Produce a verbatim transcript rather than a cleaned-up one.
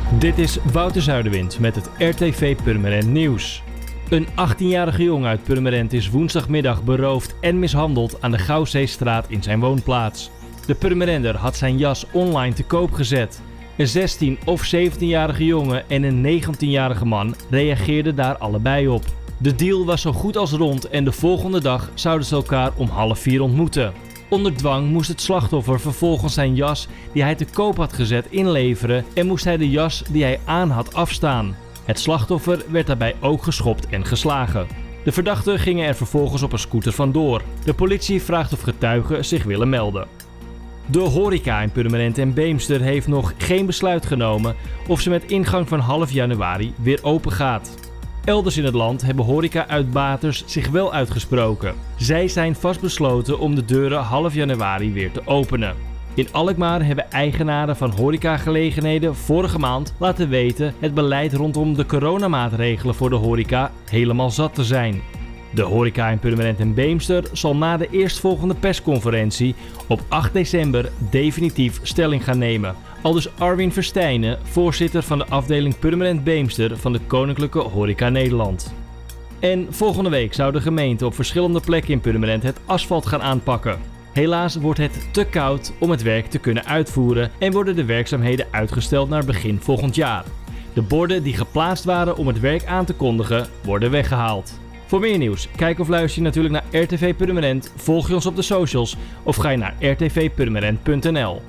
Dit is Wouter Zuiderwind met het R T V Purmerend Nieuws. Een achttienjarige jongen uit Purmerend is woensdagmiddag beroofd en mishandeld aan de Gouwzeestraat in zijn woonplaats. De Purmerender had zijn jas online te koop gezet. Een zestien- of zeventienjarige jongen en een negentienjarige man reageerden daar allebei op. De deal was zo goed als rond en de volgende dag zouden ze elkaar om half vier ontmoeten. Onder dwang moest het slachtoffer vervolgens zijn jas die hij te koop had gezet inleveren en moest hij de jas die hij aan had afstaan. Het slachtoffer werd daarbij ook geschopt en geslagen. De verdachten gingen er vervolgens op een scooter vandoor. De politie vraagt of getuigen zich willen melden. De horeca in Purmerend en Beemster heeft nog geen besluit genomen of ze met ingang van half januari weer open gaat. Elders in het land hebben horeca-uitbaters zich wel uitgesproken. Zij zijn vastbesloten om de deuren half januari weer te openen. In Alkmaar hebben eigenaren van horecagelegenheden vorige maand laten weten het beleid rondom de coronamaatregelen voor de horeca helemaal zat te zijn. De horeca in Purmerend en Beemster zal na de eerstvolgende persconferentie op acht december definitief stelling gaan nemen. Aldus Arwin Verstijnen, voorzitter van de afdeling Purmerend Beemster van de Koninklijke Horeca Nederland. En volgende week zou de gemeente op verschillende plekken in Purmerend het asfalt gaan aanpakken. Helaas wordt het te koud om het werk te kunnen uitvoeren en worden de werkzaamheden uitgesteld naar begin volgend jaar. De borden die geplaatst waren om het werk aan te kondigen worden weggehaald. Voor meer nieuws, kijk of luister je natuurlijk naar R T V Purmerend, volg je ons op de socials of ga je naar r t v purmerend punt n l.